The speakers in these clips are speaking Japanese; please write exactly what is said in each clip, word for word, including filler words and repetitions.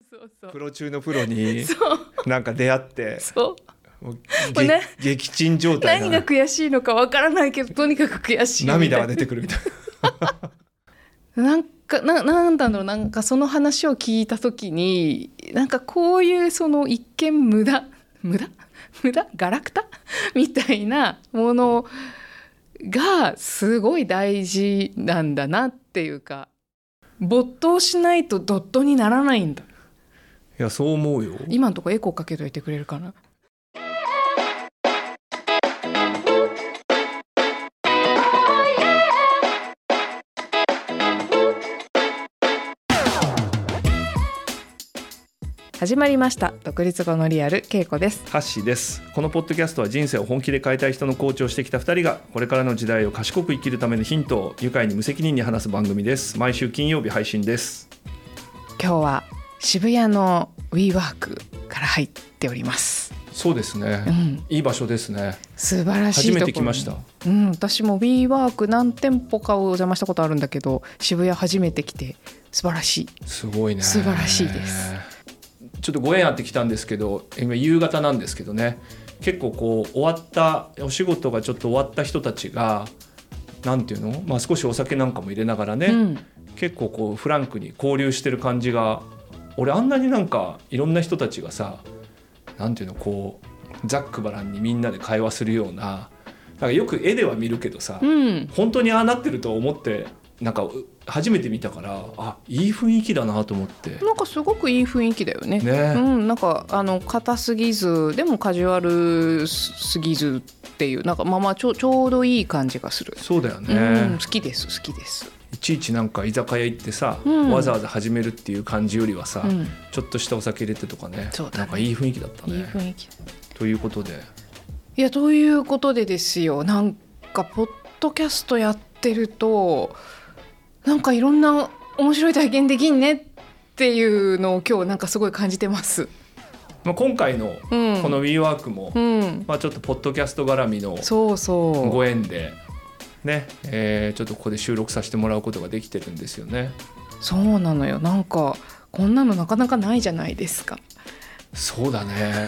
そうそうプロ中のプロにそうなんか出会ってそうもうもうねげ撃沈状態何が悔しいのかわからないけどとにかく悔しいみたいな涙が出てくるみたいなんか な, なんだろうなんかその話を聞いた時になんかこういうその一見無駄無駄無駄ガラクタみたいなものがすごい大事なんだなっていうか没頭しないとドットにならないんだ。 いやそう思うよ。 今のとこエコーかけといてくれるかな。始まりました独立後のリアル、けいこです。 ハッシーです。このポッドキャストは人生を本気で変えたい人のコーチをしてきたふたりがこれからの時代を賢く生きるためのヒントを愉快に無責任に話す番組です。毎週金曜日配信です。 今日は渋谷の WeWork から入っております。 そうですね、うん、いい場所ですね。 素晴らしいところ。 初めて来ました、 うん、私も WeWork 何店舗かお邪魔したことあるんだけど渋谷初めて来て素晴らしい。 すごいね。 素晴らしいです。 ちょっとご縁あってきたんですけど今夕方なんですけどね、結構こう終わったお仕事がちょっと終わった人たちがなんていうの、まあ、少しお酒なんかも入れながらね、うん、結構こうフランクに交流してる感じが、俺あんなになんかいろんな人たちがさなんていうのこうざっくばらんにみんなで会話するような、なんかよく絵では見るけどさ、うん、本当にああなってると思ってなんか初めて見たから、あいい雰囲気だなと思って。 なんかすごくいい雰囲気だよ ね, ね、 うん、なんかあの硬すぎずでもカジュアルすぎずっていうなんかまあまあち ょ, ちょうどいい感じがする。 そうだよね、 うん、好きです好きです。 いちいちなんか居酒屋行ってさ、うん、わざわざ始めるっていう感じよりはさ、うん、ちょっとしたお酒入れてとか ね, そうだね、 なんかいい雰囲気だったね。 いい雰囲気ということでいやということでですよ、なんかポッドキャストやってるとなんかいろんな面白い体験できんねっていうのを今日なんかすごい感じてます。 まあ、今回のこの WeWork も、うんまあ、ちょっとポッドキャスト絡みのご縁でね、えー、ちょっとここで収録させてもらうことができてるんですよね。 そうなのよ。なんかこんなのなかなかないじゃないですか。 そうだね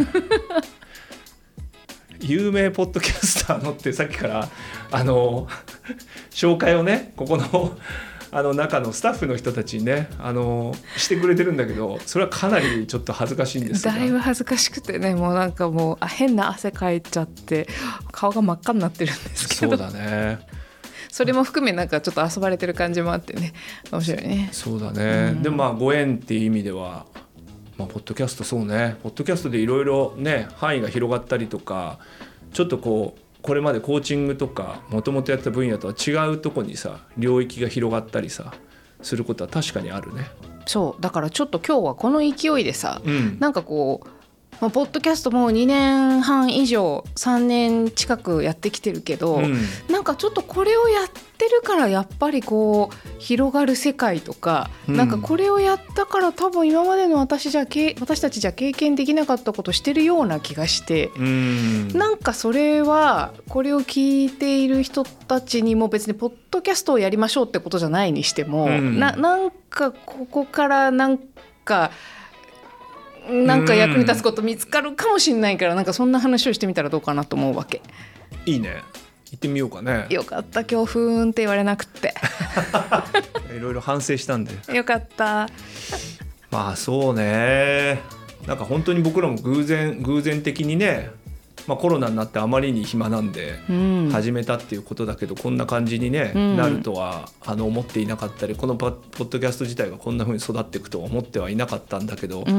有名ポッドキャスターのってさっきからあの紹介をねここのあの中のスタッフの人たちにねあのしてくれてるんだけど、それはかなりちょっと恥ずかしいんですが、 だいぶ恥ずかしくてね、もうなんかもうあ変な汗かいちゃって顔が真っ赤になってるんですけど。 そうだね。 それも含めなんかちょっと遊ばれてる感じもあってね面白いね。 そうだね、うん、でもまあご縁っていう意味では、まあ、ポッドキャストそうねポッドキャストでいろいろね範囲が広がったりとか、ちょっとこうこれまでコーチングとかもともとやってた分野とは違うとこにさ領域が広がったりさすることは確かにあるね。 そうだからちょっと今日はこの勢いでさ、うん、なんかこう、まあ、ポッドキャストもにねんはん以上さんねん近くやってきてるけど、うん、なんかちょっとこれをやってるからやっぱりこう広がる世界とか、うん、なんかこれをやったから多分今までの私じゃ私たちじゃ経験できなかったことしてるような気がして、うん、なんかそれはこれを聞いている人たちにも別にポッドキャストをやりましょうってことじゃないにしても、うん、な, なんかここからなんかなんか役に立つこと見つかるかもしれないから、なんかそんな話をしてみたらどうかなと思うわけ。 いいね、行ってみようかね。 よかった今日ふーんって言われなくっていろいろ反省したんでよかった。 まあそうね、なんか本当に僕らも偶然偶然的にね、まあ、コロナになってあまりに暇なんで始めたっていうことだけど、うん、こんな感じに、ねうん、なるとはあの思っていなかったり、このポッドキャスト自体がこんな風に育っていくとは思ってはいなかったんだけど、うん、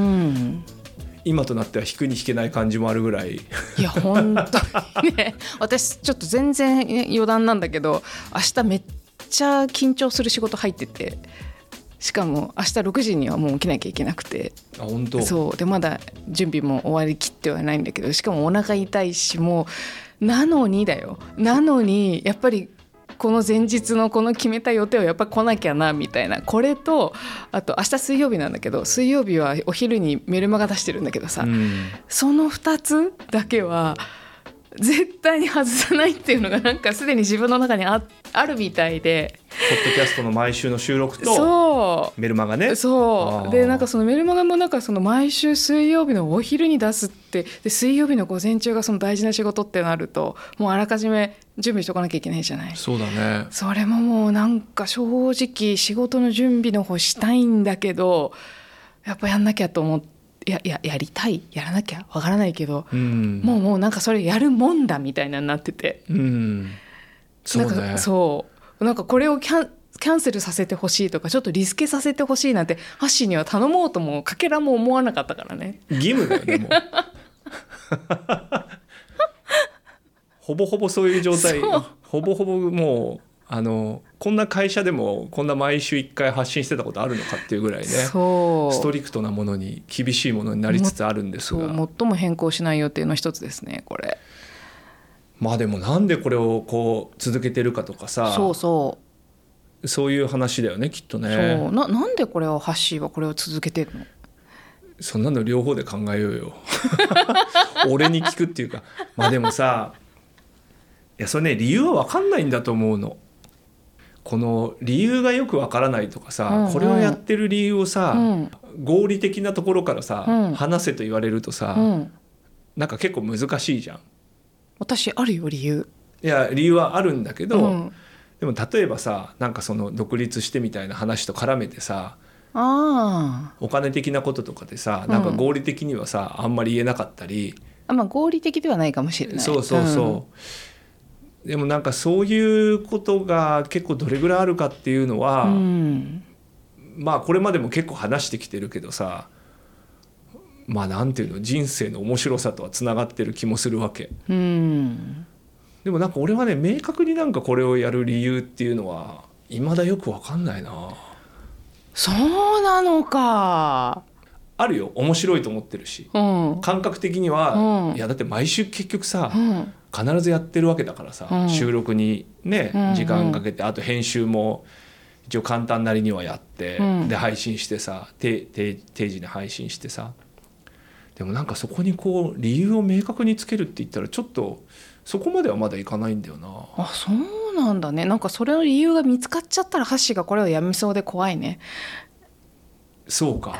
今となっては引くに引けない感じもあるぐらい。 いや本当にね私ちょっと全然余談なんだけど明日めっちゃ緊張する仕事入ってて、しかも明日ろくじにはもう起きなきゃいけなくて。 あ本当。 そうでまだ準備も終わりきってはないんだけど、しかもお腹痛いし、もうなのにだよなのにやっぱりこの前日のこの決めた予定をやっぱ来なきゃなみたいな、これとあと明日水曜日なんだけど、水曜日はお昼にメルマガ出してるんだけどさ、うん、そのふたつだけは絶対に外さないっていうのがなんかすでに自分の中に あ, あるみたいで、 ポッドキャストの毎週の収録とそうメルマガね。 そうでなんかそのメルマガもなんかその毎週水曜日のお昼に出すって、で水曜日の午前中がその大事な仕事ってなるともうあらかじめ準備しとかなきゃいけないじゃない。 そうだね。 それももうなんか正直仕事の準備の方したいんだけどやっぱやんなきゃと思って、や, や, やりたいやらなきゃわからないけど、うん、もうもうなんかそれやるもんだみたいなになってて、うん、そうね、なんかそうなんかこれをキャンキャンセルさせてほしいとかちょっとリスケさせてほしいなんてハッシーには頼もうともかけらも思わなかったからね。 義務だよねもうほぼほぼそういう状態、ほぼほぼもうあのこんな会社でもこんな毎週いっかい発信してたことあるのかっていうぐらいね、そうストリクトなものに厳しいものになりつつあるんですが、 そう最も変更しない予定の一つですねこれ。 まあでもなんでこれをこう続けてるかとかさ、 そうそうそういう話だよねきっとね。 そう な, なんでこれをハッシーはこれを続けてるの。 そんなの両方で考えようよ俺に聞くっていうか、まあでもさいやそれね理由は分かんないんだと思うの。この理由がよくわからないとかさ、うんうん、これをやってる理由をさ、うん、合理的なところからさ、うん、話せと言われるとさ、うん、なんか結構難しいじゃん。 私あるよ理由。 いや理由はあるんだけど、うん、でも例えばさなんかその独立してみたいな話と絡めてさ、あお金的なこととかでさなんか合理的にはさ、うん、あんまり言えなかったり、 あ、まあ、合理的ではないかもしれない。 そうそうそう、うんでもなんかそういうことが結構どれぐらいあるかっていうのは、うん、まあこれまでも結構話してきてるけどさ、まあなんていうの人生の面白さとはつながってる気もするわけ、うん、でもなんか俺はね明確になんかこれをやる理由っていうのは未だよく分かんないな。 そうなのか。 あるよ面白いと思ってるし、うん、感覚的には、うん、いやだって毎週結局さ、うん必ずやってるわけだからさ、うん、収録にね、うんうん、時間かけてあと編集も一応簡単なりにはやって、うん、で配信してさ定, 定, 定時に配信してさ、でもなんかそこにこう理由を明確につけるって言ったらちょっとそこまではまだいかないんだよな。 あ、そうなんだね。なんかそれの理由が見つかっちゃったらハッシーがこれをやみそうで怖いね。 そうか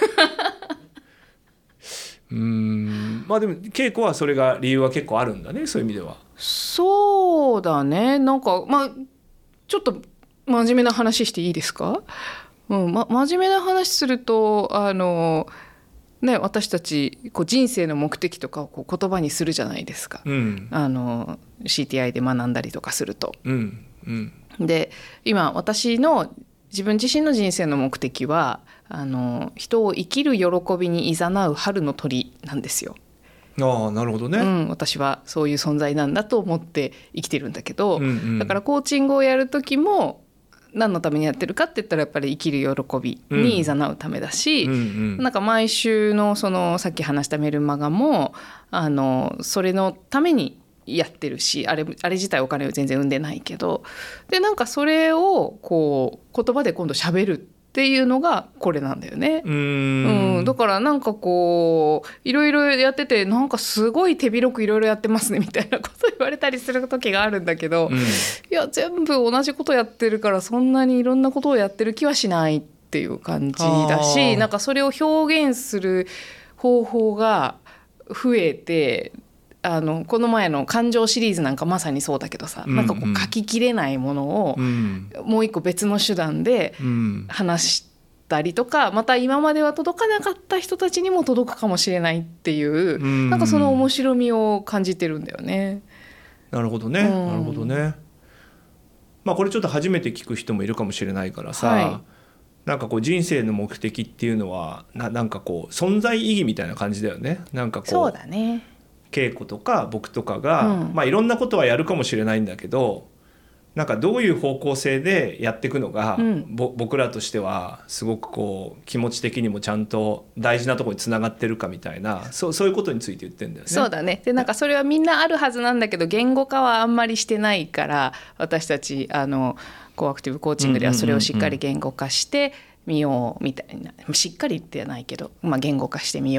うーんまあでも稽古はそれが理由は結構あるんだね、そういう意味では。 そうだね。なんかまあちょっと真面目な話していいですか、うんま、真面目な話するとあの、ね、私たちこう人生の目的とかをこう言葉にするじゃないですか、うん、あの シーティーアイ で学んだりとかすると、うんうん、で今私の自分自身の人生の目的はあの人を生きる喜びにいざなう春の鳥なんですよ。 ああ、なるほどね、 うん、私はそういう存在なんだと思って生きてるんだけど、うんうん、だからコーチングをやる時も何のためにやってるかって言ったらやっぱり生きる喜びにいざなうためだし、うんうんうん、なんか毎週のそのさっき話したメルマガもあのそれのためにやってるし、あれ、あれ自体お金を全然生んでないけど、でなんかそれをこう言葉で今度喋るっていうのがこれなんだよね。うーん、うん、だからなんかこういろいろやっててなんかすごい手広くいろいろやってますねみたいなこと言われたりする時があるんだけど、うん、いや全部同じことやってるからそんなにいろんなことをやってる気はしないっていう感じだし、なんかそれを表現する方法が増えて、あのこの前の感情シリーズなんかまさにそうだけどさ、うんうん、なんかこう書ききれないものをもう一個別の手段で話したりとか、また今までは届かなかった人たちにも届くかもしれないっていう、うん、なんかその面白みを感じてるんだよね。 なるほどね、うん、なるほどね。まあこれちょっと初めて聞く人もいるかもしれないからさ、はい、なんかこう人生の目的っていうのは な, なんかこう存在意義みたいな感じだよね。なんかこうそうだね、 稽古とか僕とかが、うんまあ、いろんなことはやるかもしれないんだけど、なんかどういう方向性でやっていくのが、うん、僕らとしてはすごくこう気持ち的にもちゃんと大事なところにつながってるかみたいな、そ う, そういうことについて言ってるんだよね。 そうだね。でなんかそれはみんなあるはずなんだけど言語化はあんまりしてないから、私たちあのコアクティブコーチングではそれをしっかり言語化してみようみたいな、しっかりってないけど、まあ、言語化してみよう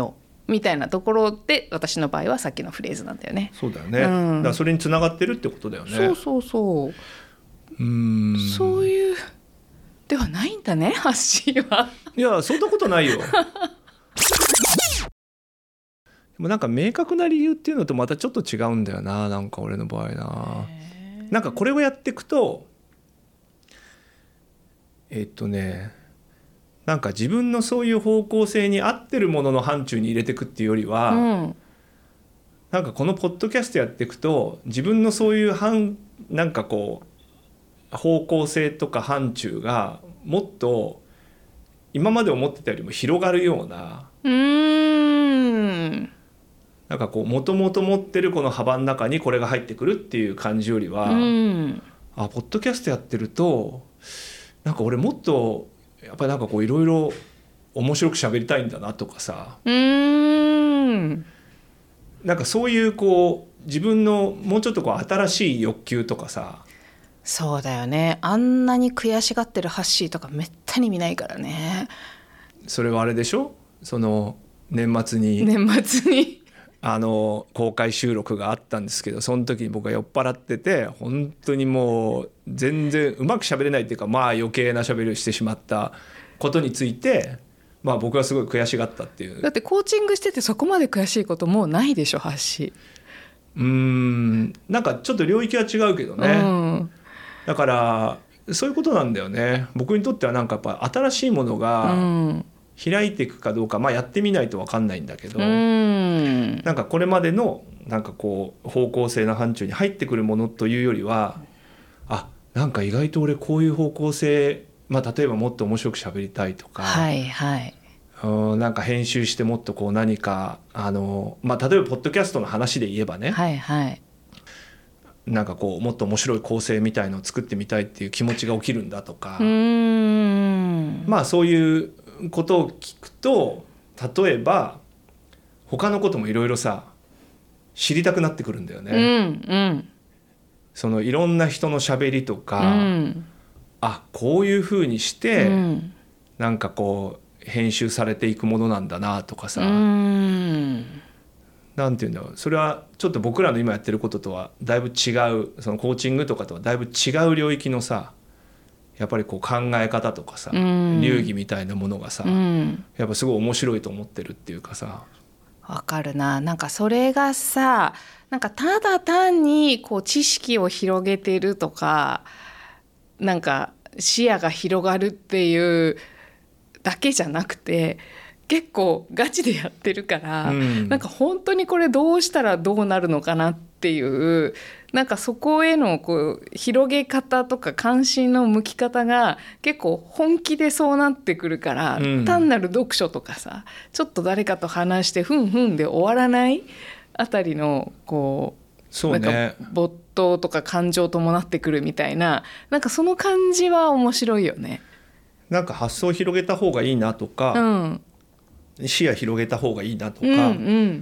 みたいなところで私の場合はさっきのフレーズなんだよね。 そうだよね、 うん、 だからそれにつながってるってことだよね。 そうそうそう。 うーん、 そういうではないんだね、発信は。 いやそんなことないよでもなんか明確な理由っていうのとまたちょっと違うんだよな、なんか俺の場合な。なんかこれをやっていくとえっとねなんか自分のそういう方向性に合ってるものの範疇に入れていくっていうよりは、うん、なんかこのポッドキャストやっていくと自分のそういう範なんかこう方向性とか範疇がもっと今まで思ってたよりも広がるような、うーんなんかこうもともと持ってるこの幅の中にこれが入ってくるっていう感じよりは、うん、あポッドキャストやってるとなんか俺もっとやっぱりなんかこういろいろ面白く喋りたいんだなとかさ、うーんなんかそういうこう自分のもうちょっとこう新しい欲求とかさ。 そうだよね、あんなに悔しがってるハッシーとかめったに見ないからね。 それはあれでしょ、その年末に年末にあの公開収録があったんですけど、その時に僕が酔っ払ってて本当にもう全然うまく喋れないっていうか、まあ余計な喋りをしてしまったことについて、まあ僕はすごい悔しがったっていう。 だってコーチングしててそこまで悔しいこともうないでしょ、ハッシー。うーんなんかちょっと領域は違うけどね、うん、だからそういうことなんだよね。僕にとってはなんかやっぱ新しいものが開いていくかどうか、まあやってみないと分かんないんだけど、うん、なんかこれまでのなんかこう方向性の範疇に入ってくるものというよりは、あなんか意外と俺こういう方向性、まあ例えばもっと面白く喋りたいとか、はいはい、うんなんか編集してもっとこう何かあの、まあ例えばポッドキャストの話で言えばね、はいはい、なんかこうもっと面白い構成みたいのを作ってみたいっていう気持ちが起きるんだとか、うーんまあそういうことを聞くと例えば他のこともいろいろさ知りたくなってくるんだよね、うんうん、そのいろんな人のしゃべりとか、うん、あこういうふうにして、うん、なんかこう編集されていくものなんだなとかさ、うんなんていうんだろう、それはちょっと僕らの今やってることとはだいぶ違う、そのコーチングとかとはだいぶ違う領域のさやっぱりこう考え方とかさ、うん、流儀みたいなものがさ、うん、やっぱすごい面白いと思ってるっていうかさ。 わかるな。なんかそれがさ、なんかただ単にこう知識を広げてるとか、なんか視野が広がるっていうだけじゃなくて、結構ガチでやってるから、うん、なんか本当にこれどうしたらどうなるのかなっていう、なんかそこへのこう広げ方とか関心の向き方が結構本気でそうなってくるから、うん、単なる読書とかさちょっと誰かと話してふんふんで終わらないあたりのこう、そうね、なんか没頭とか感情伴ってくるみたいな、なんかその感じは面白いよね。 なんか発想を広げた方がいいなとか、うん視野広げた方がいいなとか、うんうん、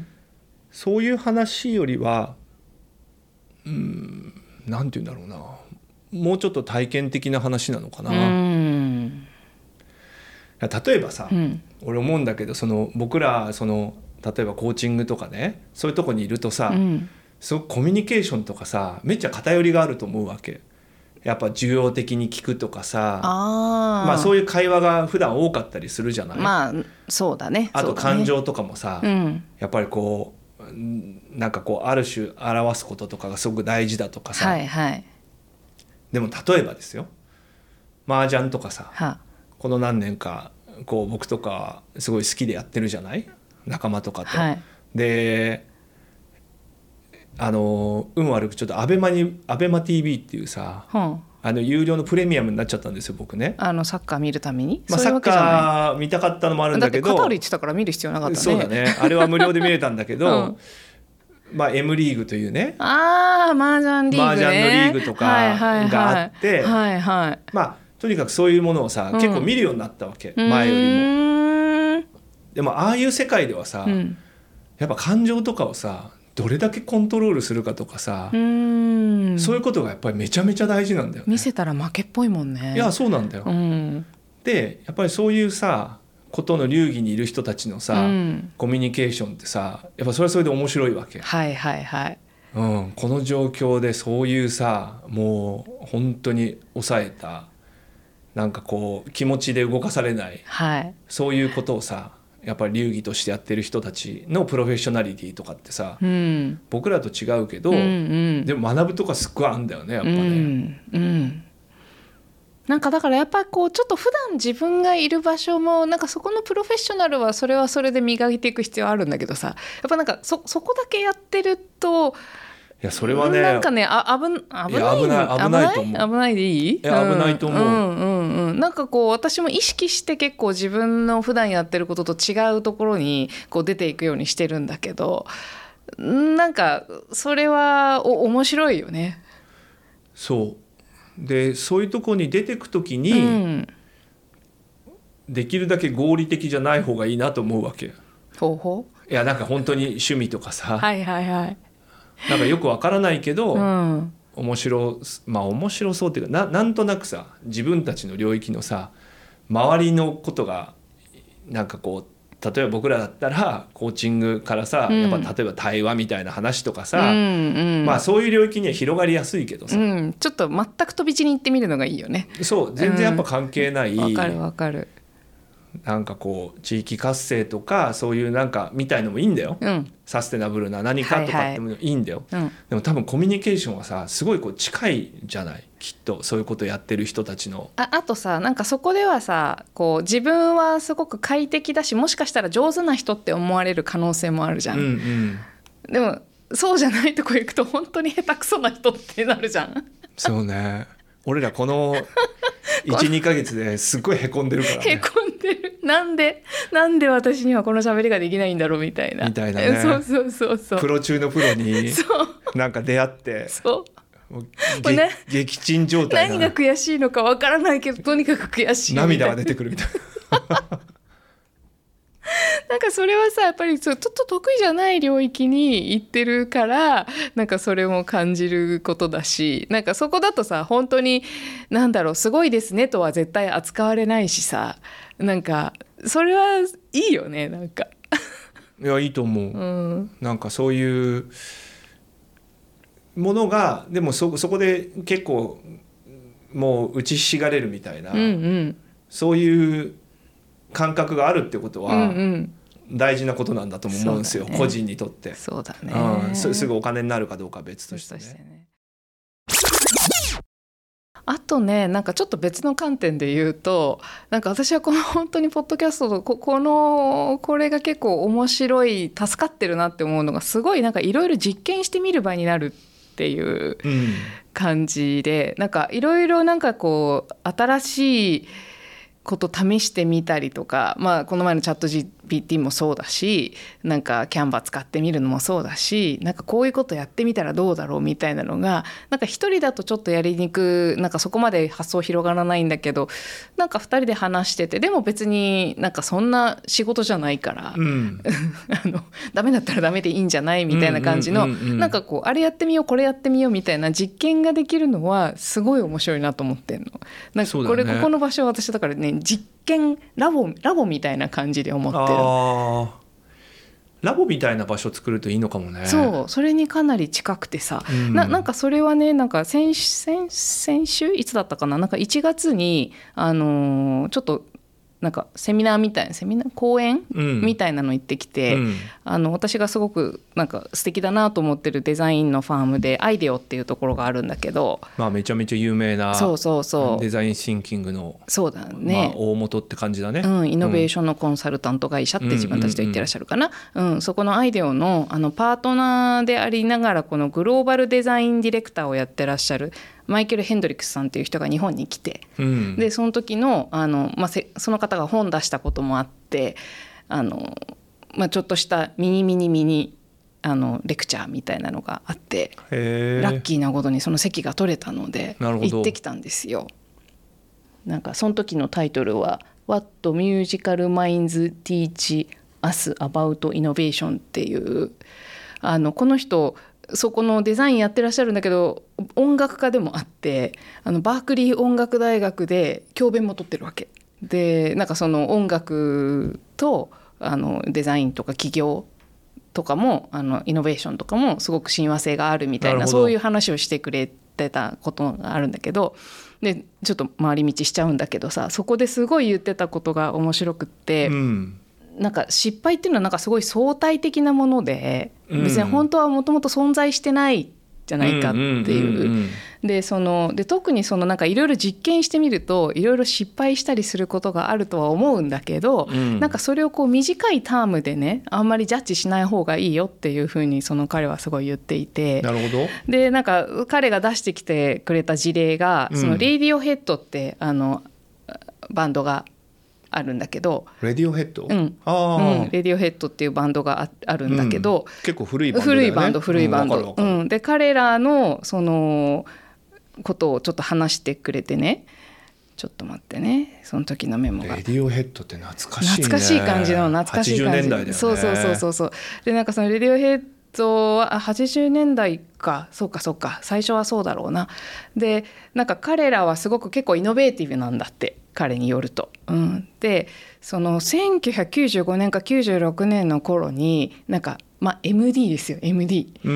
そういう話よりはうーんなんて言うんだろうな、もうちょっと体験的な話なのかな。うん例えばさ、うん、俺思うんだけど、その僕らその例えばコーチングとかね、そういうとこにいるとさ、うん、すごくコミュニケーションとかさめっちゃ偏りがあると思うわけ。やっぱ受容的に聞くとかさ、あ、まあ、そういう会話が普段多かったりするじゃない。 まあそうだね。 あと感情とかもさ、ねうん、やっぱりこうなんかこうある種表すこととかがすごく大事だとかさ、はいはい、でも例えばですよ、麻雀とかさ、はこの何年かこう僕とかすごい好きでやってるじゃない、仲間とかと、はい、であの運悪くちょっとアベマにアベマ ティーブイ っていうさ、うん、あの有料のプレミアムになっちゃったんですよ僕ね。 あのサッカー見るために、 まあ、サッカー見たかったのもあるんだけど、 だってカタール行ってたから見る必要なかったね。 そうだね、あれは無料で見れたんだけど、うんまあ、M リーグというね、 あーマージャンリーグね、 マージャンのリーグとかがあって、はいはいはい、まあとにかくそういうものをさ、うん、結構見るようになったわけ、前よりも。でもああいう世界ではさ、うん、やっぱ感情とかをさどれだけコントロールするかとかさ、うーんそういうことがやっぱりめちゃめちゃ大事なんだよね。 見せたら負けっぽいもんね。 いやそうなんだよ、うん、でやっぱりそういうさことの流儀にいる人たちのさ、うん、コミュニケーションってさやっぱそれはそれで面白いわけ。 はいはいはい、 うん、この状況でそういうさもう本当に抑えたなんかこう気持ちで動かされない、 はい、 そういうことをさやっぱり流儀としてやってる人たちのプロフェッショナリティとかってさ、うん、僕らと違うけど、うんうん、でも学ぶとかすっごいあるんだよねやっぱね、うんうん、 なんかだからやっぱりこうちょっと普段自分がいる場所もなんかそこのプロフェッショナルはそれはそれで磨いていく必要あるんだけどさ、やっぱなんか そ, そこだけやってるといやそれはねなんかねあ危危ないいや危ない危ないと思う。 危ないでいい？ いや危ないと思う、 うんうんうん、なんかこう私も意識して結構自分の普段やってることと違うところにこう出ていくようにしてるんだけど、なんかそれはお面白いよね。 そうでそういうところに出てくときに、うん、できるだけ合理的じゃない方がいいなと思うわけ。 ほうほういやなんか本当に趣味とかさはいはいはいなんかよくわからないけど、 うん、 面白まあ面白そうっていうか な, なんとなくさ自分たちの領域のさ周りのことがなんかこう例えば僕らだったらコーチングからさ、うん、やっぱ例えば対話みたいな話とかさ、うんうん、まあそういう領域には広がりやすいけどさ、 うん、ちょっと全く飛び地に行ってみるのがいいよね。 そう全然やっぱ関係ない、 わ、うん、かるわかる。 なんかこう地域活性とかそういうなんかみたいのもいいんだよ、うん、サステナブルな何かとかってもいいんだよ、はいはい、でも多分コミュニケーションはさすごいこう近いじゃないきっとそういうことやってる人たちのあ, あとさなんかそこではさこう自分はすごく快適だしもしかしたら上手な人って思われる可能性もあるじゃん、うんうん、でもそうじゃないとこ行くと本当に下手くそな人ってなるじゃん。 そうね俺らこの いち,に ヶ月ですごいへこんでるからね。 へこんでる。なんでなんで私にはこの喋りができないんだろうみたいなみたいなね。 そうそうそうそうプロ中のプロになんか出会ってそうもうね、撃沈状態な何が悔しいのかわからないけどとにかく悔しいみたいな涙が出てくるみたいななんかそれはさやっぱりちょっと得意じゃない領域に行ってるからなんかそれも感じることだし、なんかそこだとさ本当になんだろうすごいですねとは絶対扱われないしさ、なんかそれはいいよね。なんかいやいいと思う、うん、なんかそういうものがでも そ, そこで結構もう打ちひしがれるみたいな、うんうん、そういう感覚があるってことは、うんうん大事なことなんだと思うんですよ、ね、個人にとって。 そうだね、 うん、す, すぐお金になるかどうかは別として ね, してね。 あとねなんかちょっと別の観点で言うとなんか私はこの本当にポッドキャストの こ, このこれが結構面白い助かってるなって思うのがすごいなんかいろいろ実験してみる場になるっていう感じで、うん、なんかいろいろなんかこう新しいこと試してみたりとか、まあ、この前のチャット ジーピーティー もそうだしなんかキャンバー使ってみるのもそうだしなんかこういうことやってみたらどうだろうみたいなのがなんか一人だとちょっとやりにくなんかそこまで発想広がらないんだけどなんか二人で話しててでも別になんかそんな仕事じゃないから、うん、あのダメだったらダメでいいんじゃないみたいな感じの、うんうんうんうん、なんかこうあれやってみようこれやってみようみたいな実験ができるのはすごい面白いなと思ってんの。なんかこれ、ね、ここの場所は私だからね実験ラボラボみたいな感じで思ってる。 あラボみたいな場所作るといいのかもね。 そうそれにかなり近くてさ、うん、な, なんかそれはねなんか 先, 先, 先週いつだったかななんかいちがつにあのー、ちょっとなんかセミナーみたいなセミナー講演、うん、みたいなの行ってきて、うん、あの私がすごくなんか素敵だなと思ってるデザインのファームでアイデオっていうところがあるんだけど、 まあ、めちゃめちゃ有名なそうそうそうデザインシンキングのそうだね、 まあ、大元って感じだね、 うん、イノベーションのコンサルタント会社って自分たちで言ってらっしゃるかな、うんうんうん、そこのアイデオ の, あのパートナーでありながらこのグローバルデザインディレクターをやってらっしゃるマイケル・ヘンドリックスさんっていう人が日本に来て、うん、でその時 の, あの、まあ、その方が本出したこともあってあの、まあ、ちょっとしたミニミニミニあのレクチャーみたいなのがあってラッキーなことにその席が取れたので行ってきたんですよ。なんかその時のタイトルは What Musical Minds Teach Us About Innovation っていうあのこの人そこのデザインやってらっしゃるんだけど音楽家でもあってあのバークリー音楽大学で教鞭も取ってるわけでなんかその音楽とあのデザインとか企業とかもあのイノベーションとかもすごく親和性があるみたいなそういう話をしてくれてたことがあるんだけど、でちょっと回り道しちゃうんだけどさ、そこですごい言ってたことが面白くって、うん、なんか失敗っていうのはなんかすごい相対的なもので、別に本当はもともと存在してないじゃないかっていう。でそので特にそのなんかいろいろ実験してみるといろいろ失敗したりすることがあるとは思うんだけど、うん、なんかそれをこう短いタームでねあんまりジャッジしない方がいいよっていうふうにその彼はすごい言っていて、 なるほど。 でなんか彼が出してきてくれた事例が、うん、そのレイディオヘッドってあのバンドがあるんだけど、 レディオヘッド、 うんあうん、レディオヘッドっていうバンドが あ, あるんだけど、 うん、結構古いバンドだよね。 古いバンド古いバンド、うんうん、で彼らのそのことをちょっと話してくれてね、ちょっと待ってね、その時のメモが。 レディオヘッドって懐かしいね。 懐かしい感じの懐かしい感じ。 はちじゅうねんだいだよね。 そうそうそうそうそう。でなんかそのレディオヘッドははちじゅうねんだいか、そうかそうか、最初はそうだろうな。でなんか彼らはすごく結構イノベーティブなんだって、彼によると。うん、でそのせんきゅうひゃくきゅうじゅうごねんかきゅうじゅうろくねんの頃になんかまあ、エムディー ですよ エムディー、うんうん、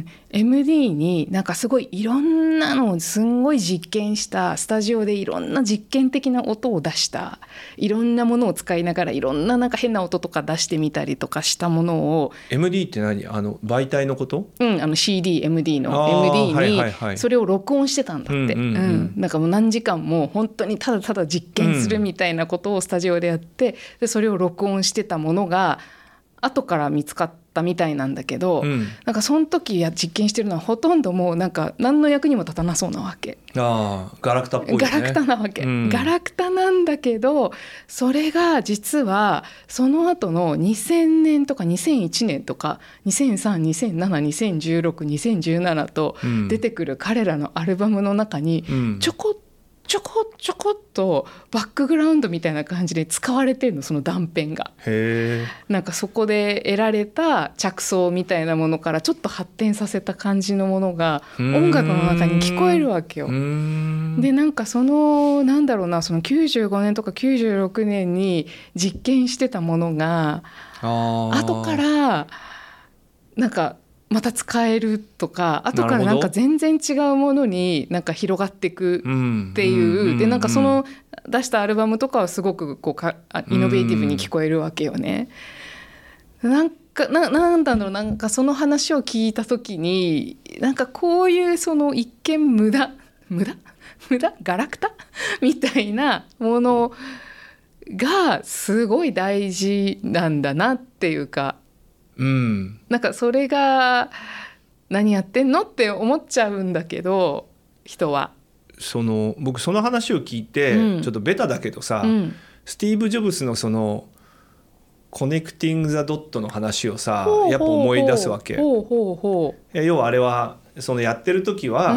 エムディー になんかすごいいろんなのをすんごい実験した、スタジオでいろんな実験的な音を出した、いろんなものを使いながらいろんななんか変な音とか出してみたりとかしたものを。 エムディー って何？あの媒体のこと？ うん、あの シーディー、エムディー の エムディー にそれを録音してたんだって、うんうんうんうん、なんかもう何時間も本当にただただ実験するみたいなことをスタジオでやって、でそれを録音してたものが後から見つかったみたいなんだけど、うん、なんかその時や実験してるのはほとんどもうなんか何の役にも立たなそうなわけ。 ああ、ガラクタっぽいね。 ガラクタなわけ、うん、ガラクタなんだけど、それが実はその後のにせんねんとかにせんいちねんとかにせんさん、にせんなな、にせんじゅうろく、にせんじゅうななと出てくる彼らのアルバムの中にちょこっとちょこちょこっとバックグラウンドみたいな感じで使われてるの、その断片が。 へー。 なんかそこで得られた着想みたいなものからちょっと発展させた感じのものが音楽の中に聞こえるわけよ。でなんかそのなんだろうな、そのきゅうじゅうごねんとかきゅうじゅうろくねんに実験してたものが後からなんかまた使えるとか、後からなんか全然違うものになんか広がっていくっていう、でなんかその出したアルバムとかはすごくこうかイノベーティブに聞こえるわけよね。なんか な, なんだろうなんかその話を聞いた時になんかこういうその一見無駄無駄無駄ガラクタみたいなものがすごい大事なんだなっていうか、うん、なんかそれが何やってんのって思っちゃうんだけど、人はその僕その話を聞いて、うん、ちょっとベタだけどさ、うん、スティーブ・ジョブスのそのコネクティング・ザ・ドットの話をさやっぱ思い出すわけ。 ほうほうほう。 要はあれはそのやってる時は、うん、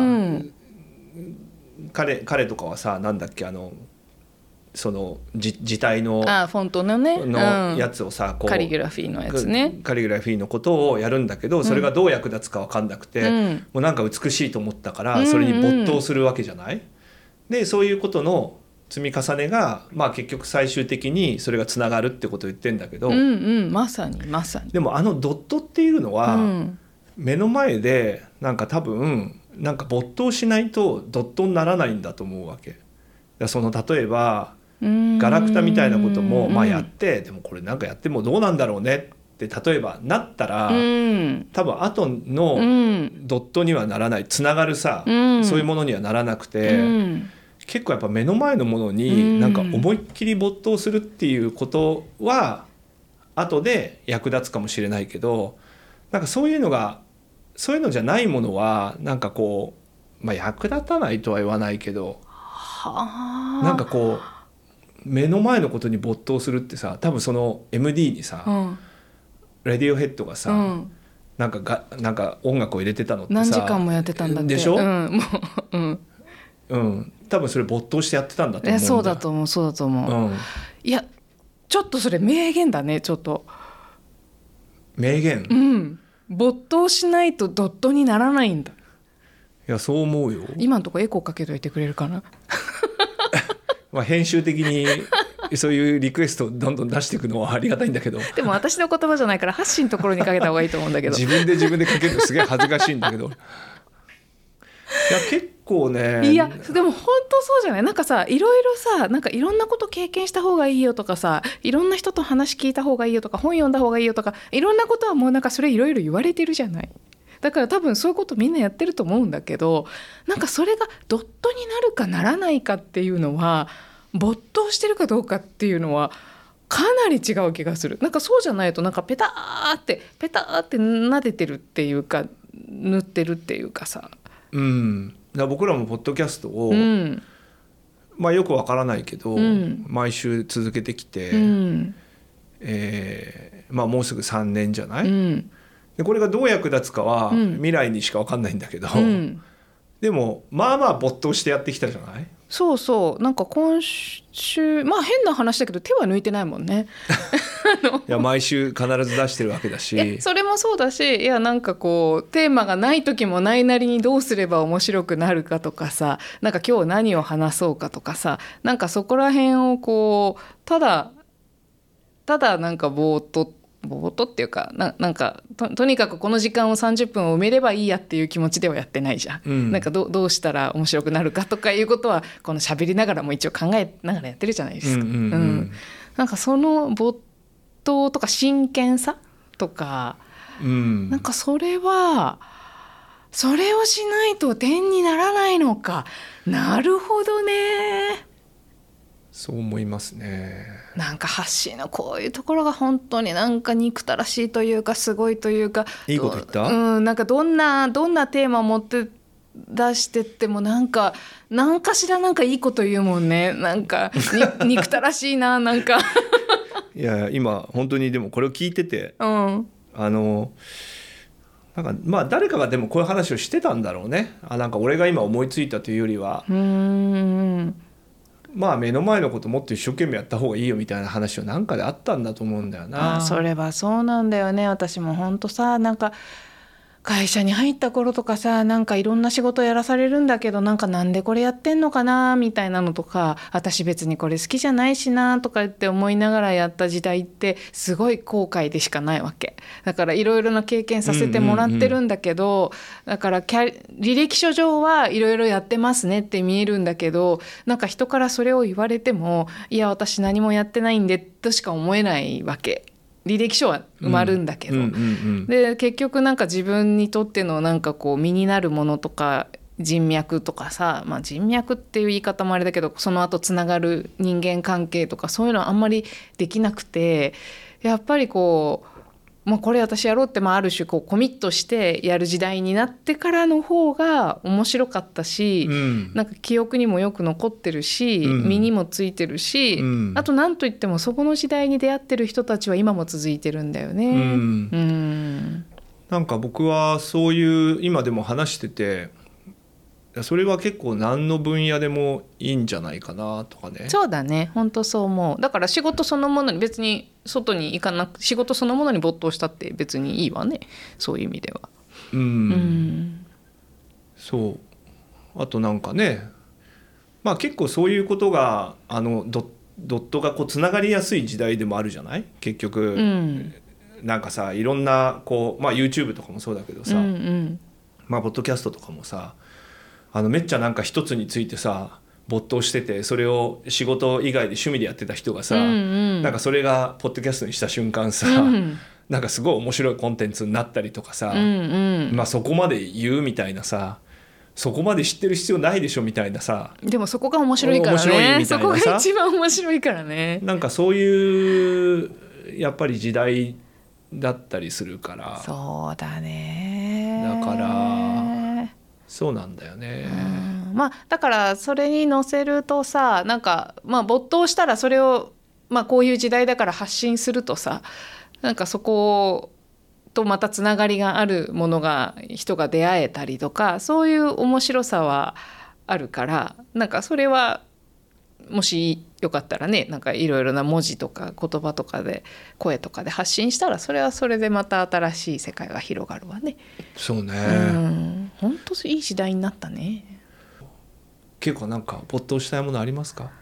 彼, 彼とかはさなんだっけあのその字体のあフォントのねのやつをさ、うん、こうカリグラフィーのやつね、 カリグラフィーのことをやるんだけど、それがどう役立つか分かんなくて、うん、もうなんか美しいと思ったからそれに没頭するわけじゃない、うんうん、でそういうことの積み重ねが、まあ、結局最終的にそれがつながるってことを言ってんだけど、 うんうん、まさにまさに。 でもあのドットっていうのは、うん、目の前でなんか多分なんか没頭しないとドットにならないんだと思うわけ。その例えばガラクタみたいなこともまあやって、でもこれなんかやってもどうなんだろうねって例えばなったら、多分後のドットにはならない、つながるさ、そういうものにはならなくて、結構やっぱ目の前のものになんか思いっきり没頭するっていうことは後で役立つかもしれないけど、なんかそういうのがそういうのじゃないものはなんかこう、まあ、役立たないとは言わないけど、なんかこう目の前のことに没頭するってさ、多分その エムディー にさ、うん、レディオヘッドがさ、うん、なんかがなんか音楽を入れてたのってさ何時間もやってたんだってでしょ、 うんもううんうん、多分それ没頭してやってたんだと思うんだ。 いやそうだと思うそうだと思う、うん、いやちょっとそれ名言だね。ちょっと名言、 うん、没頭しないとドットにならないんだ。 いやそう思うよ。 今のとこエコーかけといてくれるかなまあ編集的にそういうリクエストをどんどん出していくのはありがたいんだけどでも私の言葉じゃないから発信のところにかけた方がいいと思うんだけど自分で自分でかけるのすげえ恥ずかしいんだけどいや結構ねいやでも本当そうじゃない？なんかさいろいろさなんかいろんなこと経験した方がいいよとかさいろんな人と話聞いた方がいいよとか本読んだ方がいいよとかいろんなことはもうなんかそれいろいろ言われてるじゃない。だから多分そういうことみんなやってると思うんだけどなんかそれがドットになるかならないかっていうのは没頭してるかどうかっていうのはかなり違う気がする。なんかそうじゃないとなんかペターってペターって撫でてるっていうか塗ってるっていうかさ、 うん、だから僕らもポッドキャストを、 うん、 まあよくわからないけど、うん、毎週続けてきて、うんえーまあ、もうすぐさんねんじゃない、うん、でこれがどう役立つかは未来にしかわかんないんだけど、うん、でもまあまあ没頭してやってきたじゃない。 そうそうなんか今週まあ変な話だけど手は抜いてないもんねいや毎週必ず出してるわけだしそれもそうだしいやなんかこうテーマがない時もないなりにどうすれば面白くなるかとかさなんか今日何を話そうかとかさなんかそこら辺をこうただただなんかぼーっとぼーっとっていうか な, なんか と, とにかくこの時間をさんじゅっぷんを埋めればいいやっていう気持ちではやってないじゃん、うん、なんか ど, どうしたら面白くなるかとかいうことはこの喋りながらも一応考えながらやってるじゃないですか、うんうんうんうん、なんかその没頭とか真剣さとか、うん、なんかそれはそれをしないと点にならないのか。なるほどね。 そう思いますね。 なんか発信のこういうところが本当になんか憎たらしいというかすごいというかいいこと言った、 うん、なんかどんなどんなテーマを持って出してってもなんか何かしらなんかいいこと言うもんね。なんか憎たらしいななんかいや今本当にでもこれを聞いてて、 うん、 あのなんかまあ誰かがでもこういう話をしてたんだろうね。あなんか俺が今思いついたというよりはうーんまあ目の前のこともっと一生懸命やった方がいいよみたいな話はなんかであったんだと思うんだよな。 あそれはそうなんだよね。私も本当さなんか会社に入った頃とかさなんかいろんな仕事やらされるんだけどなんかなんでこれやってんのかなみたいなのとか私別にこれ好きじゃないしなとか言って思いながらやった時代ってすごい後悔でしかないわけだからいろいろな経験させてもらってるんだけど、うんうんうん、だからキャ履歴書上はいろいろやってますねって見えるんだけどなんか人からそれを言われてもいや私何もやってないんでとしか思えないわけ。履歴書は埋まるんだけど、うんうんうんうん、で結局なんか自分にとってのなんかこう身になるものとか人脈とかさ、まあ、人脈っていう言い方もあれだけどその後つながる人間関係とかそういうのはあんまりできなくてやっぱりこうまあ、これ私やろうって、まあ、ある種こうコミットしてやる時代になってからの方が面白かったし、うん、なんか記憶にもよく残ってるし、うん、身にもついてるし、うん、あと何といってもそこの時代に出会ってる人たちは今も続いてるんだよね、うんうん、 なんか僕はそういう今でも話しててそれは結構何の分野でもいいんじゃないかなとかね。 そうだね本当そう思う。だから仕事そのものに別に外に行かなく仕事そのものに没頭したって別にいいわねそういう意味では。うん、うん、 そうあとなんかねまあ結構そういうことがあの ド, ドットがこうつながりやすい時代でもあるじゃない結局、うん、なんかさいろんなこう、まあ、YouTube とかもそうだけどさ、うんうんまあ、ポッドキャストとかもさあのめっちゃなんか一つについてさ没頭しててそれを仕事以外で趣味でやってた人がさ、うんうん、なんかそれがポッドキャストにした瞬間さ、うん、なんかすごい面白いコンテンツになったりとかさ、うんうんまあ、そこまで言うみたいなさそこまで知ってる必要ないでしょみたいなさでもそこが面白いからね面白いみたいなさそこが一番面白いからねなんかそういうやっぱり時代だったりするからそうだねだからそうなんだよね、 うんまあ、だからそれに載せるとさなんか、まあ、没頭したらそれを、まあ、こういう時代だから発信するとさなんかそことまたつながりがあるものが人が出会えたりとかそういう面白さはあるからなんかそれはもしよかったらねなんかいろいろな文字とか言葉とかで声とかで発信したらそれはそれでまた新しい世界が広がるわね。 そうねうん本当いい時代になったね。 結構なんか没頭したいものありますか？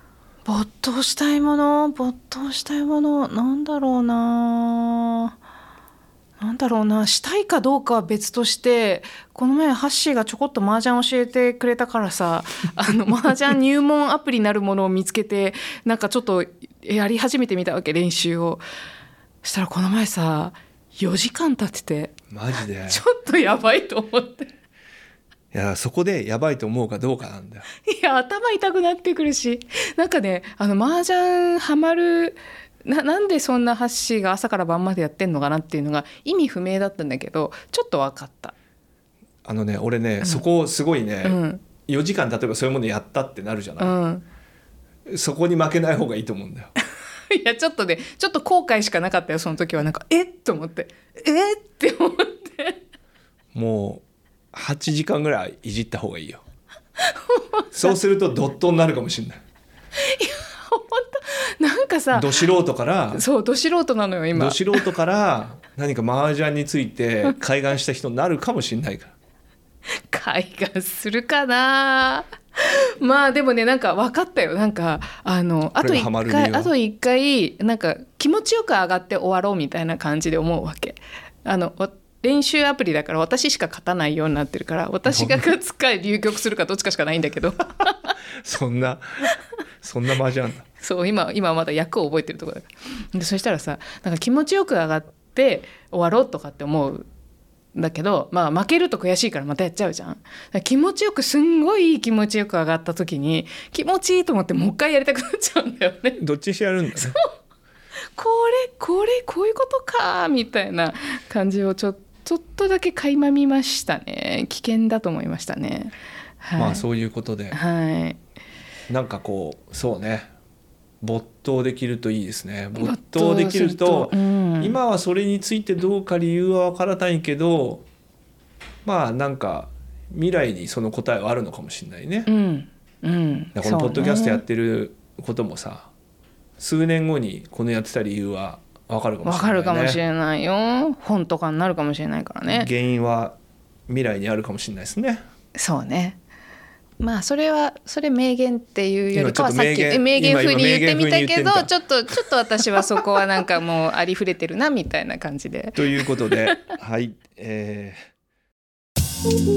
没頭したいもの没頭したいものなんだろうななんだろうなしたいかどうかは別として、この前ハッシーがちょこっと麻雀教えてくれたからさあの麻雀入門アプリになるものを見つけてなんかちょっとやり始めてみたわけ、練習をしたらこの前さよじかん経っててマジでちょっとやばいと思って、いやそこでやばいと思うかどうかなんだよ。 いや頭痛くなってくるし、なんかねあの麻雀ハマる な, なんでそんなハッシーが朝から晩までやってんのかなっていうのが意味不明だったんだけど、ちょっと分かった。 あのね俺ね、うん、そこすごいね、うん、よじかん例えばそういうものやったってなるじゃない、うん、そこに負けない方がいいと思うんだよいやちょっとねちょっと後悔しかなかったよその時は。なんかえっと思ってえっって思ってもうはちじかんぐらいいじった方がいいよそうするとドットになるかもしれない。いや本当なんかさど素人からそうど素人なのよ今。 ど素人から何か麻雀について開眼した人になるかもしれないから開眼するかな。まあでもねなんか分かったよ。なんかあのあと一回あと一回なんか気持ちよく上がって終わろうみたいな感じで思うわけ。あの練習アプリだから私しか勝たないようになってるから、私が勝つか流局するかどっちかしかないんだけどそんなそんな麻雀だ。 そう今今まだ役を覚えてるところだからで、そしたらさなんか気持ちよく上がって終わろうとかって思うだけど、まあ負けると悔しいからまたやっちゃうじゃん。気持ちよくすんごいいい気持ちよく上がった時に気持ちいいと思ってもう一回やりたくなっちゃうんだよね。 どっちにしてやるんだね。そうこれこれこういうことかみたいな感じをちょちょっとだけ垣間見ましたね。危険だと思いましたね、はい、 まあそういうことで、 はい、 なんかこうそうね没頭できるといいですね。没頭できると、うん、今はそれについてどうか理由はわからないけど、まあなんか未来にその答えはあるのかもしれないね、 うんうん、 このポッドキャストやってることもさ、ね、数年後にこのやってた理由はわかるかもしれないね。わかるかもしれないよ。本とかになるかもしれないからね。原因は未来にあるかもしれないですね。 そうね。まあそれはそれ名言っていうよりかはさっき名言名言風に言ってみたけど、 たちょっとちょっと私はそこはなんかもうありふれてるなみたいな感じでということではい、えー、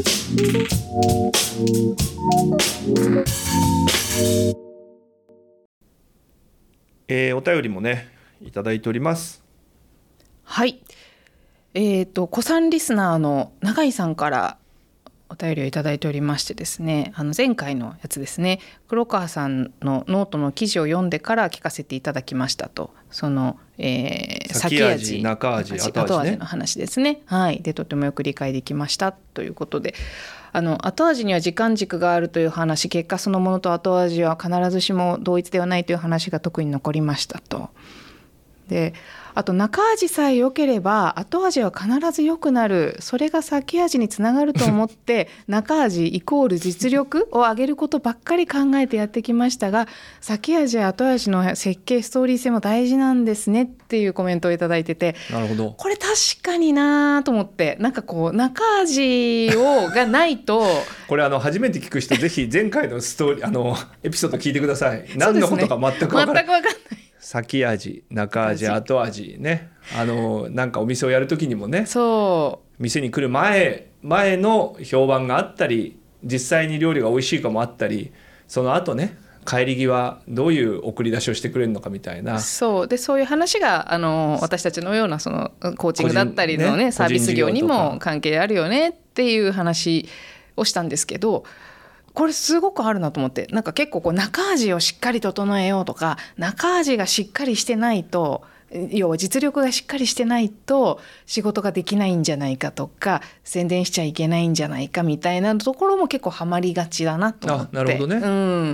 えー、お便りもねいただいております。 はい、えーと古参リスナーの永井さんからお便りをいただいておりましてですね、あの前回のやつですね、黒川さんのノートの記事を読んでから聞かせていただきましたと、その、えー、 先味中味後味、ね、 後味の話ですね、はい、でとてもよく理解できましたということで、あの後味には時間軸があるという話、結果そのものと後味は必ずしも同一ではないという話が特に残りましたと。であと中味さえ良ければ後味は必ず良くなる、それが先味につながると思って中味イコール実力を上げることばっかり考えてやってきましたが、先味や後味の設計ストーリー性も大事なんですねっていうコメントをいただいてて、 なるほど、 これ確かになと思って、なんかこう中味をがないとこれあの初めて聞く人ぜひ前回のストーリーあのエピソード聞いてください。何のことか全く分からない、 全く分かんない。 先味中味後味ね、あのなんかお店をやる時にもね、 そう店に来る前前の評判があったり、実際に料理が美味しいかもあったり、その後ね帰り際どういう送り出しをしてくれるのかみたいな、 そうでそういう話があの私たちのようなそのコーチングだったりの、ねね、サービス業にも関係あるよねっていう話をしたんですけど、これすごくあるなと思って、なんか結構こう中味をしっかり整えようとか、中味がしっかりしてないと、要は実力がしっかりしてないと仕事ができないんじゃないかとか、宣伝しちゃいけないんじゃないかみたいなところも結構ハマりがちだなと思って。 あ、なるほどね、 うん、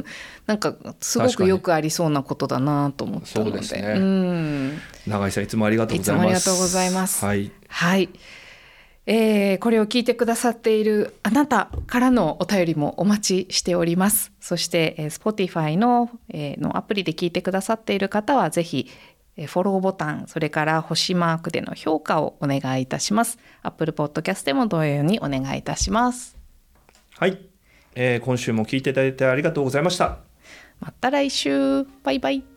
なんかすごくよくありそうなことだなと思ったので。そうですね、うん、 永井さんいつもありがとうございます。 いつもありがとうございます。 はい、はいえー、これを聞いてくださっているあなたからのお便りもお待ちしております。そして、えー、Spotify の、えー、のアプリで聞いてくださっている方はぜひ、えー、フォローボタン、それから星マークでの評価をお願いいたします。Apple Podcast でも同様にお願いいたします。 はい、えー、今週も聞いていただいてありがとうございました。 また来週バイバイ。